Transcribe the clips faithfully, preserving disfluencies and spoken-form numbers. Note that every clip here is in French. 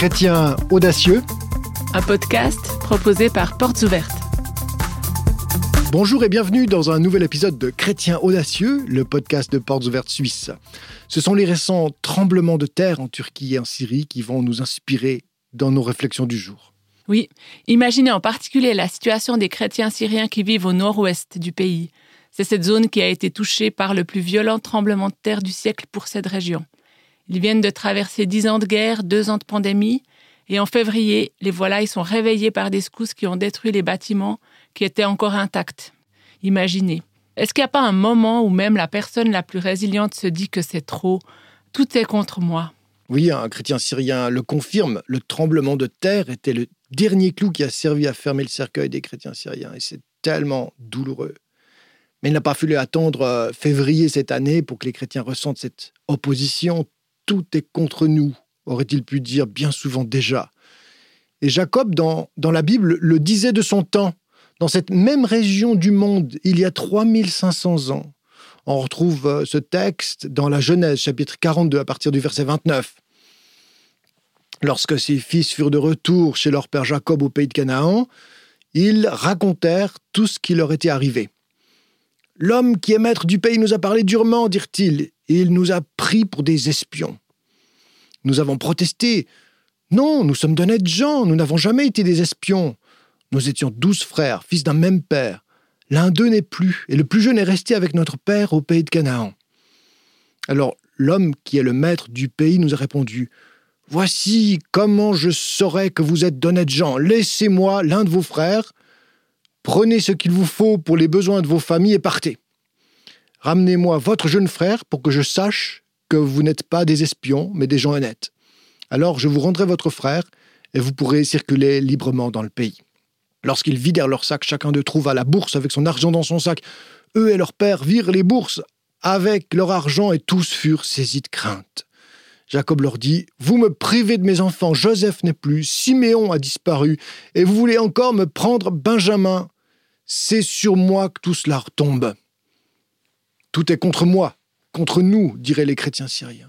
Chrétiens audacieux, un podcast proposé par Portes Ouvertes. Bonjour et bienvenue dans un nouvel épisode de Chrétiens audacieux, le podcast de Portes Ouvertes Suisse. Ce sont les récents tremblements de terre en Turquie et en Syrie qui vont nous inspirer dans nos réflexions du jour. Oui, imaginez en particulier la situation des chrétiens syriens qui vivent au nord-ouest du pays. C'est cette zone qui a été touchée par le plus violent tremblement de terre du siècle pour cette région. Ils viennent de traverser dix ans de guerre, deux ans de pandémie, et en février, les voilà, ils sont réveillés par des secousses qui ont détruit les bâtiments qui étaient encore intacts. Imaginez. Est-ce qu'il n'y a pas un moment où même la personne la plus résiliente se dit que c'est trop, tout est contre moi? Oui, un chrétien syrien le confirme, le tremblement de terre était le dernier clou qui a servi à fermer le cercueil des chrétiens syriens, et c'est tellement douloureux. Mais il n'a pas fallu attendre février cette année pour que les chrétiens ressentent cette opposition. Tout est contre nous, aurait-il pu dire bien souvent déjà. Et Jacob, dans, dans la Bible, le disait de son temps. Dans cette même région du monde, il y a trois mille cinq cents ans. On retrouve ce texte dans la Genèse, chapitre quarante-deux, à partir du verset vingt-neuf. Lorsque ses fils furent de retour chez leur père Jacob au pays de Canaan, ils racontèrent tout ce qui leur était arrivé. « L'homme qui est maître du pays nous a parlé durement, dirent-ils, et il nous a pris pour des espions. Nous avons protesté. Non, nous sommes d'honnêtes gens, nous n'avons jamais été des espions. Nous étions douze frères, fils d'un même père. L'un d'eux n'est plus, et le plus jeune est resté avec notre père au pays de Canaan. » Alors, l'homme qui est le maître du pays nous a répondu « Voici comment je saurais que vous êtes d'honnêtes gens. Laissez-moi l'un de vos frères. Prenez ce qu'il vous faut pour les besoins de vos familles et partez. Ramenez-moi votre jeune frère pour que je sache que vous n'êtes pas des espions, mais des gens honnêtes. Alors je vous rendrai votre frère et vous pourrez circuler librement dans le pays. » Lorsqu'ils vidèrent leur sac, chacun d'eux trouva la bourse avec son argent dans son sac. Eux et leur père virent les bourses avec leur argent et tous furent saisis de crainte. Jacob leur dit « Vous me privez de mes enfants, Joseph n'est plus, Siméon a disparu, et vous voulez encore me prendre Benjamin. C'est sur moi que tout cela retombe. » Tout est contre moi, contre nous, diraient les chrétiens syriens.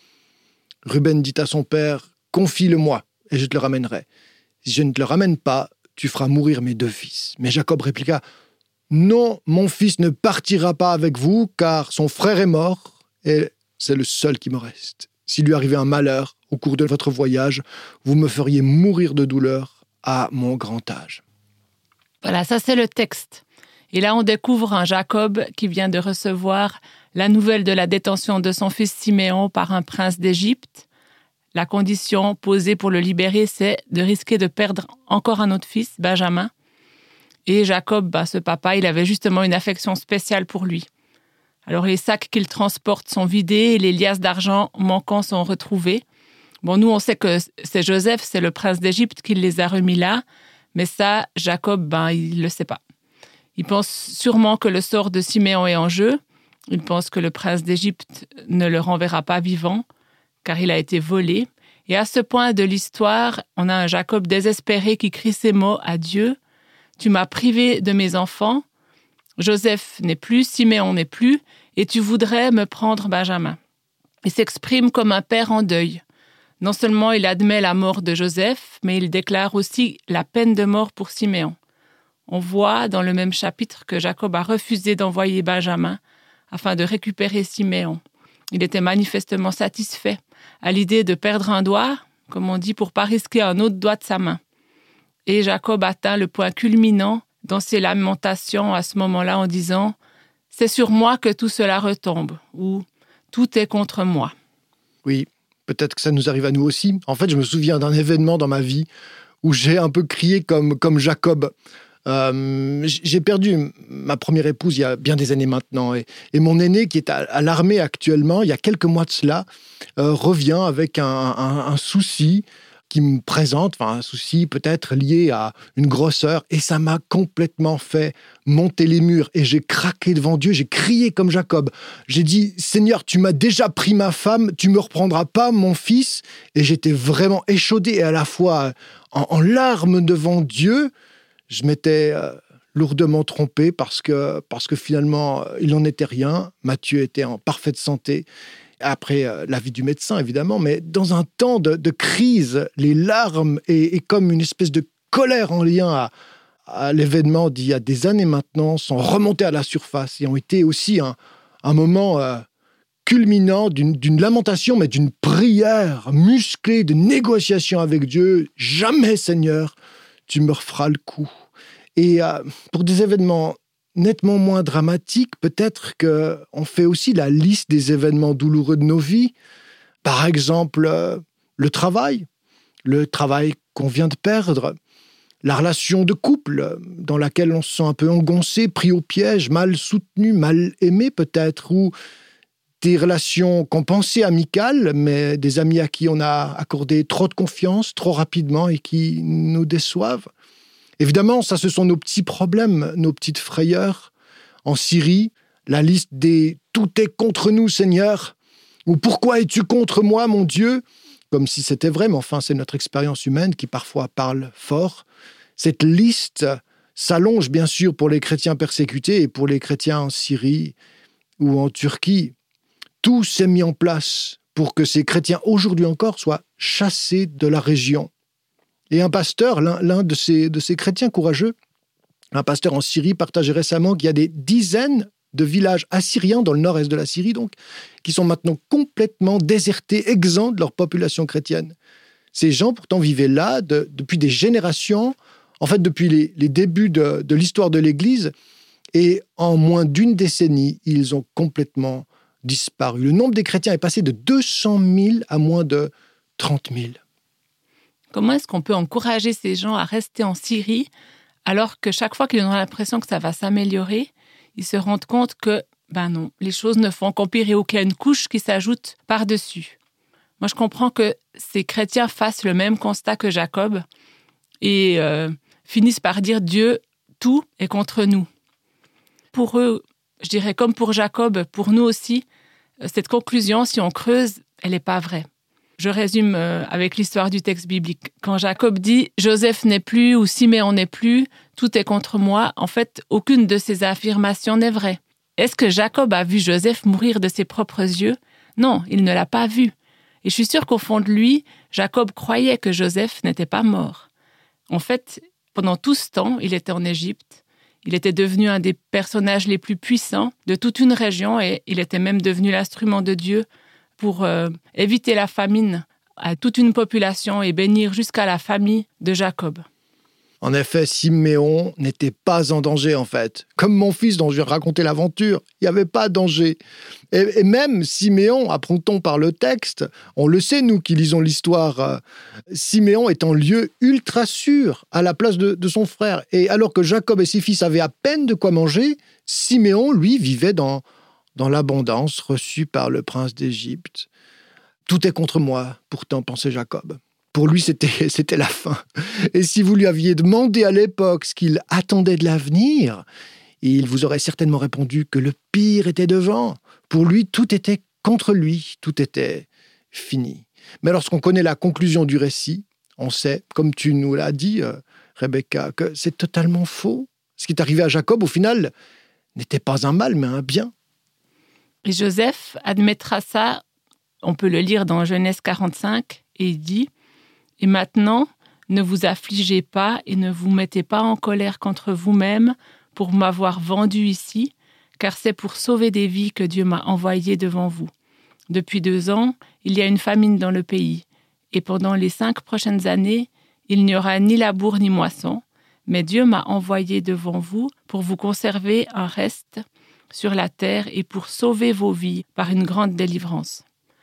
Ruben dit à son père « Confie-le-moi, et je te le ramènerai. Si je ne te le ramène pas, tu feras mourir mes deux fils. » Mais Jacob répliqua « Non, mon fils ne partira pas avec vous, car son frère est mort, et c'est le seul qui me reste. S'il lui arrivait un malheur au cours de votre voyage, vous me feriez mourir de douleur à mon grand âge. » Voilà, ça c'est le texte. Et là, on découvre un Jacob qui vient de recevoir la nouvelle de la détention de son fils Siméon par un prince d'Égypte. La condition posée pour le libérer, c'est de risquer de perdre encore un autre fils, Benjamin. Et Jacob, bah, ce papa, il avait justement une affection spéciale pour lui. Alors les sacs qu'il transporte sont vidés et les liasses d'argent manquants sont retrouvées. Bon, nous, on sait que c'est Joseph, c'est le prince d'Égypte qui les a remis là. Mais ça, Jacob, ben, il ne le sait pas. Il pense sûrement que le sort de Siméon est en jeu. Il pense que le prince d'Égypte ne le renverra pas vivant, car il a été volé. Et à ce point de l'histoire, on a un Jacob désespéré qui crie ces mots à Dieu. « Tu m'as privé de mes enfants. Joseph n'est plus, Siméon n'est plus, et tu voudrais me prendre Benjamin. » Il s'exprime comme un père en deuil. Non seulement il admet la mort de Joseph, mais il déclare aussi la peine de mort pour Siméon. On voit dans le même chapitre que Jacob a refusé d'envoyer Benjamin afin de récupérer Siméon. Il était manifestement satisfait à l'idée de perdre un doigt, comme on dit, pour pas risquer un autre doigt de sa main. Et Jacob atteint le point culminant dans ses lamentations à ce moment-là en disant « C'est sur moi que tout cela retombe » ou « Tout est contre moi ». Oui, peut-être que ça nous arrive à nous aussi. En fait, je me souviens d'un événement dans ma vie où j'ai un peu crié comme, comme Jacob. Euh, j'ai perdu ma première épouse il y a bien des années maintenant. Et, et mon aîné, qui est à, à l'armée actuellement, il y a quelques mois de cela, euh, revient avec un, un, un souci qui me présente, enfin un souci peut-être lié à une grosseur, et ça m'a complètement fait monter les murs, et j'ai craqué devant Dieu, j'ai crié comme Jacob. J'ai dit « Seigneur, tu m'as déjà pris ma femme, tu me reprendras pas mon fils ?» Et j'étais vraiment échaudé, et à la fois en, en larmes devant Dieu. Je m'étais euh, lourdement trompé parce que, parce que finalement, il n'en était rien. Mathieu était en parfaite santé. après euh, l'avis du médecin, évidemment, mais dans un temps de, de crise, les larmes et, et comme une espèce de colère en lien à, à l'événement d'il y a des années maintenant sont remontées à la surface et ont été aussi un, un moment euh, culminant d'une, d'une lamentation, mais d'une prière musclée, de négociation avec Dieu. Jamais, Seigneur, tu me referas le coup. Et euh, pour des événements nettement moins dramatiques, peut-être qu'on fait aussi la liste des événements douloureux de nos vies. Par exemple, euh, le travail, le travail qu'on vient de perdre, la relation de couple dans laquelle on se sent un peu engoncé, pris au piège, mal soutenu, mal aimé peut-être, ou des relations qu'on pensait amicales, mais des amis à qui on a accordé trop de confiance, trop rapidement et qui nous déçoivent. Évidemment, ça, ce sont nos petits problèmes, nos petites frayeurs. En Syrie, la liste des « tout est contre nous, Seigneur » ou « pourquoi es-tu contre moi, mon Dieu ?» comme si c'était vrai, mais enfin, c'est notre expérience humaine qui parfois parle fort. Cette liste s'allonge bien sûr pour les chrétiens persécutés et pour les chrétiens en Syrie ou en Turquie. Tout s'est mis en place pour que ces chrétiens, aujourd'hui encore, soient chassés de la région. Et un pasteur, l'un, l'un de, ces, de ces chrétiens courageux, un pasteur en Syrie, partageait récemment qu'il y a des dizaines de villages assyriens dans le nord-est de la Syrie, donc, qui sont maintenant complètement désertés, exempts de leur population chrétienne. Ces gens, pourtant, vivaient là de, depuis des générations, en fait, depuis les, les débuts de, de l'histoire de l'Église, et en moins d'une décennie, ils ont complètement disparu. Le nombre des chrétiens est passé de deux cent mille à moins de trente mille. Comment est-ce qu'on peut encourager ces gens à rester en Syrie alors que chaque fois qu'ils ont l'impression que ça va s'améliorer, ils se rendent compte que, ben non, les choses ne font qu'empirer ou qu'il y a une couche qui s'ajoute par-dessus. Moi, je comprends que ces chrétiens fassent le même constat que Jacob et euh, finissent par dire « Dieu, tout est contre nous ». Pour eux, je dirais comme pour Jacob, pour nous aussi, cette conclusion, si on creuse, elle n'est pas vraie. Je résume avec l'histoire du texte biblique. Quand Jacob dit « Joseph n'est plus » ou « Siméon n'est plus », tout est contre moi, en fait, aucune de ces affirmations n'est vraie. Est-ce que Jacob a vu Joseph mourir de ses propres yeux ? Non, il ne l'a pas vu. Et je suis sûre qu'au fond de lui, Jacob croyait que Joseph n'était pas mort. En fait, pendant tout ce temps, il était en Égypte. Il était devenu un des personnages les plus puissants de toute une région et il était même devenu l'instrument de Dieu pour euh, éviter la famine à toute une population et bénir jusqu'à la famille de Jacob. En effet, Siméon n'était pas en danger, en fait. Comme mon fils dont je vais raconter l'aventure, il n'y avait pas de danger. Et, et même Siméon, apprend-on par le texte, on le sait, nous qui lisons l'histoire, euh, Siméon est en lieu ultra sûr, à la place de, de son frère. Et alors que Jacob et ses fils avaient à peine de quoi manger, Siméon, lui, vivait dans, dans l'abondance reçue par le prince d'Égypte. Tout est contre moi, pourtant, pensait Jacob. Pour lui, c'était, c'était la fin. Et si vous lui aviez demandé à l'époque ce qu'il attendait de l'avenir, il vous aurait certainement répondu que le pire était devant. Pour lui, tout était contre lui, tout était fini. Mais lorsqu'on connaît la conclusion du récit, on sait, comme tu nous l'as dit, euh, Rebecca, que c'est totalement faux. Ce qui est arrivé à Jacob, au final, n'était pas un mal, mais un bien. Et Joseph admettra ça, on peut le lire dans Genèse quarante-cinq, et il dit « Et maintenant, ne vous affligez pas et ne vous mettez pas en colère contre vous-même pour m'avoir vendu ici, car c'est pour sauver des vies que Dieu m'a envoyé devant vous. Depuis deux ans, il y a une famine dans le pays, et pendant les cinq prochaines années, il n'y aura ni labour ni moisson, mais Dieu m'a envoyé devant vous pour vous conserver un reste sur la terre et pour sauver vos vies par une grande délivrance. »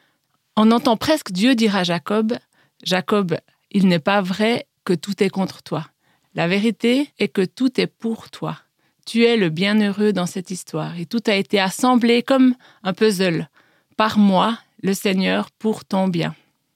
On entend presque Dieu dire à Jacob « Jacob, il n'est pas vrai que tout est contre toi. La vérité est que tout est pour toi. Tu es le bienheureux dans cette histoire et tout a été assemblé comme un puzzle par moi, le Seigneur, pour ton bien. »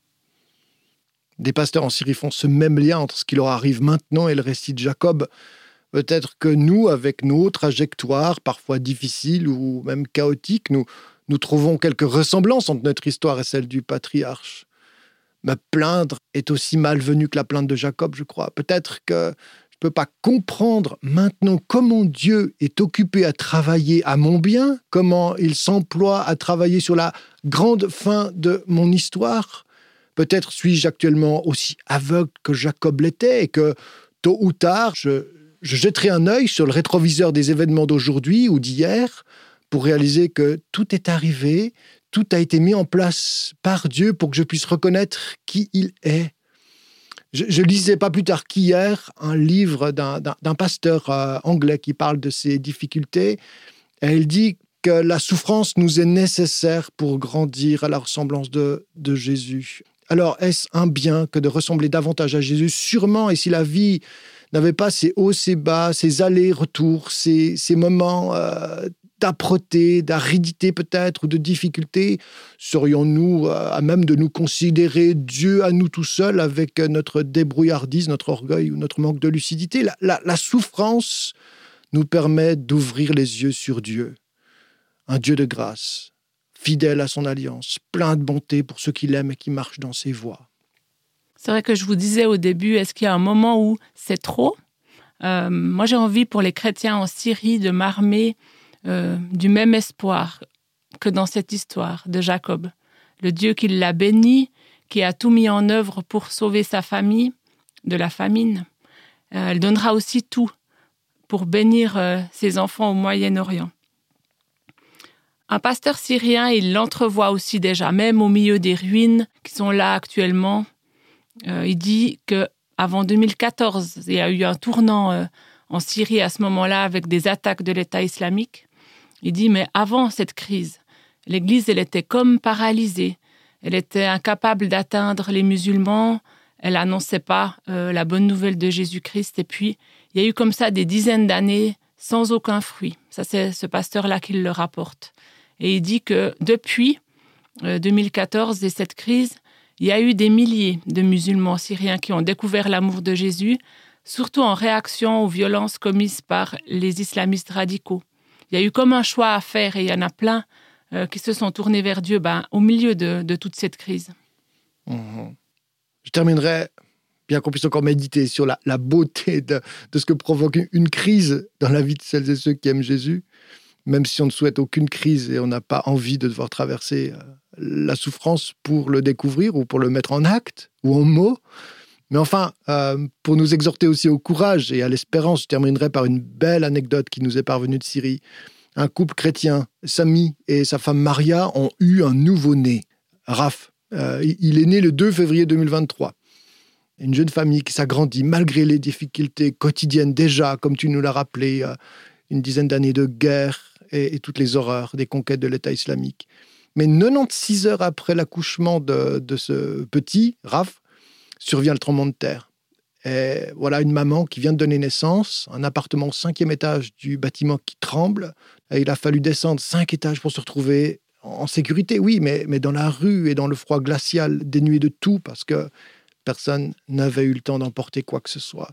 Des pasteurs en Syrie font ce même lien entre ce qui leur arrive maintenant et le récit de Jacob. Peut-être que nous, avec nos trajectoires, parfois difficiles ou même chaotiques, nous, nous trouvons quelques ressemblances entre notre histoire et celle du patriarche. Me plaindre est aussi malvenu que la plainte de Jacob, je crois. Peut-être que Je ne peux pas comprendre maintenant comment Dieu est occupé à travailler à mon bien, comment il s'emploie à travailler sur la grande fin de mon histoire. Peut-être suis-je actuellement aussi aveugle que Jacob l'était et que, tôt ou tard, je, je jetterai un œil sur le rétroviseur des événements d'aujourd'hui ou d'hier pour réaliser que tout est arrivé, tout a été mis en place par Dieu pour que je puisse reconnaître qui il est. Je, je lisais pas plus tard qu'hier un livre d'un, d'un, d'un pasteur euh, anglais qui parle de ses difficultés. Et il dit que la souffrance nous est nécessaire pour grandir à la ressemblance de, de Jésus. Alors, est-ce un bien que de ressembler davantage à Jésus? Sûrement, et si la vie n'avait pas ces hauts, ces bas, ces allers-retours, ces, ces moments euh, d'âpreté, d'aridité peut-être, ou de difficulté, serions-nous euh, à même de nous considérer Dieu à nous tout seuls avec notre débrouillardise, notre orgueil ou notre manque de lucidité? La, la, la souffrance nous permet d'ouvrir les yeux sur Dieu, un Dieu de grâce, fidèle à son alliance, plein de bonté pour ceux qui l'aiment et qui marchent dans ses voies. C'est vrai que je vous disais au début, est-ce qu'il y a un moment où c'est trop? euh, Moi, j'ai envie pour les chrétiens en Syrie de m'armer euh, du même espoir que dans cette histoire de Jacob. Le Dieu qui l'a béni, qui a tout mis en œuvre pour sauver sa famille de la famine. Euh, elle donnera aussi tout pour bénir euh, ses enfants au Moyen-Orient. Un pasteur syrien, il l'entrevoit aussi déjà, même au milieu des ruines qui sont là actuellement. Euh, il dit qu'avant deux mille quatorze, il y a eu un tournant euh, en Syrie à ce moment-là avec des attaques de l'État islamique. Il dit, mais avant cette crise, l'Église, elle était comme paralysée. Elle était incapable d'atteindre les musulmans. Elle n'annonçait pas euh, la bonne nouvelle de Jésus-Christ. Et puis, il y a eu comme ça des dizaines d'années sans aucun fruit. Ça, c'est ce pasteur-là qui le rapporte. Et il dit que depuis euh, deux mille quatorze et cette crise, il y a eu des milliers de musulmans syriens qui ont découvert l'amour de Jésus, surtout en réaction aux violences commises par les islamistes radicaux. Il y a eu comme un choix à faire et il y en a plein euh, qui se sont tournés vers Dieu ben, au milieu de, de toute cette crise. Mmh. Je terminerai, bien qu'on puisse encore méditer sur la, la beauté de, de ce que provoque une crise dans la vie de celles et ceux qui aiment Jésus, même si on ne souhaite aucune crise et on n'a pas envie de devoir traverser euh, la souffrance pour le découvrir ou pour le mettre en acte ou en mots. Mais enfin, euh, pour nous exhorter aussi au courage et à l'espérance, je terminerai par une belle anecdote qui nous est parvenue de Syrie. Un couple chrétien, Sami et sa femme Maria, ont eu un nouveau-né, Raph. Euh, il est né le deux février deux mille vingt-trois. Une jeune famille qui s'agrandit malgré les difficultés quotidiennes déjà, comme tu nous l'as rappelé, euh, une dizaine d'années de guerre et, et toutes les horreurs des conquêtes de l'État islamique. Mais quatre-vingt-seize heures après l'accouchement de, de ce petit, Raph, survient le tremblement de terre. Et voilà une maman qui vient de donner naissance, un appartement au cinquième étage du bâtiment qui tremble. Et il a fallu descendre cinq étages pour se retrouver en sécurité, oui, mais, mais dans la rue et dans le froid glacial, dénué de tout, parce que personne n'avait eu le temps d'emporter quoi que ce soit.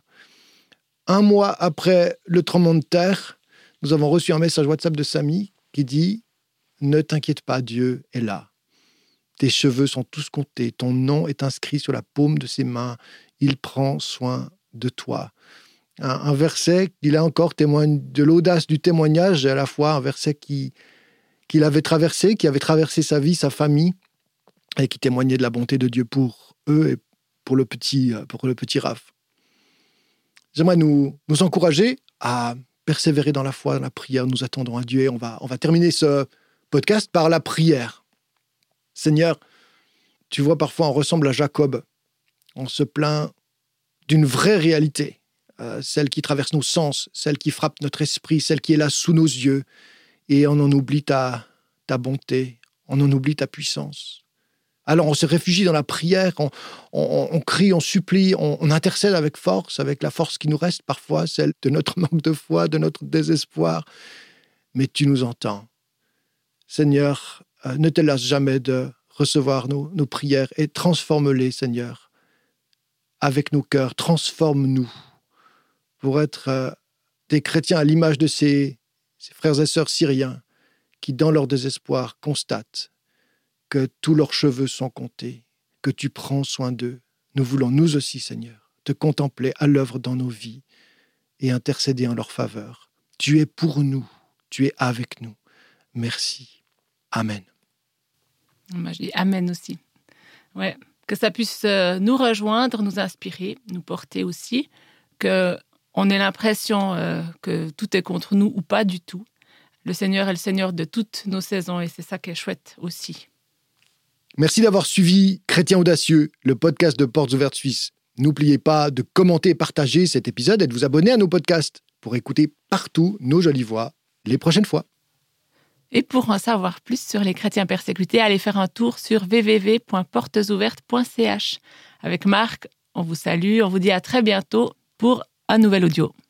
Un mois après le tremblement de terre, nous avons reçu un message WhatsApp de Sami qui dit « Ne t'inquiète pas, Dieu est là. Tes cheveux sont tous comptés, ton nom est inscrit sur la paume de ses mains. Il prend soin de toi. » Un, un verset qui, là encore, témoigne de l'audace du témoignage, et à la fois un verset qui, qu'il avait traversé, qui avait traversé sa vie, sa famille, et qui témoignait de la bonté de Dieu pour eux et pour le petit, pour le petit Raph. J'aimerais nous, nous encourager à persévérer dans la foi, dans la prière. Nous attendons à Dieu et on va, on va terminer ce podcast par la prière. Seigneur, tu vois, parfois on ressemble à Jacob. On se plaint d'une vraie réalité, euh, celle qui traverse nos sens, celle qui frappe notre esprit, celle qui est là sous nos yeux. Et on en oublie ta, ta bonté, on en oublie ta puissance. Alors on se réfugie dans la prière, on, on, on crie, on supplie, on, on intercède avec force, avec la force qui nous reste parfois, celle de notre manque de foi, de notre désespoir. Mais tu nous entends. Seigneur, euh, ne te lasse jamais de recevoir nos, nos prières et transforme-les, Seigneur, avec nos cœurs. Transforme-nous pour être euh, des chrétiens à l'image de ces, ces frères et sœurs syriens qui, dans leur désespoir, constatent que tous leurs cheveux sont comptés, que tu prends soin d'eux. Nous voulons, nous aussi, Seigneur, te contempler à l'œuvre dans nos vies. et intercéder en leur faveur. Tu es pour nous, tu es avec nous. Merci. Amen. Moi, je dis Amen aussi. Ouais. Que ça puisse nous rejoindre, nous inspirer, nous porter aussi, qu'on ait l'impression euh, que tout est contre nous ou pas du tout. Le Seigneur est le Seigneur de toutes nos saisons et c'est ça qui est chouette aussi. Merci d'avoir suivi Chrétien Audacieux, le podcast de Portes Ouvertes Suisse. N'oubliez pas de commenter et partager cet épisode et de vous abonner à nos podcasts pour écouter partout nos jolies voix les prochaines fois. Et pour en savoir plus sur les chrétiens persécutés, allez faire un tour sur w w w point portes ouvertes point c h. Avec Marc, on vous salue, on vous dit à très bientôt pour un nouvel audio.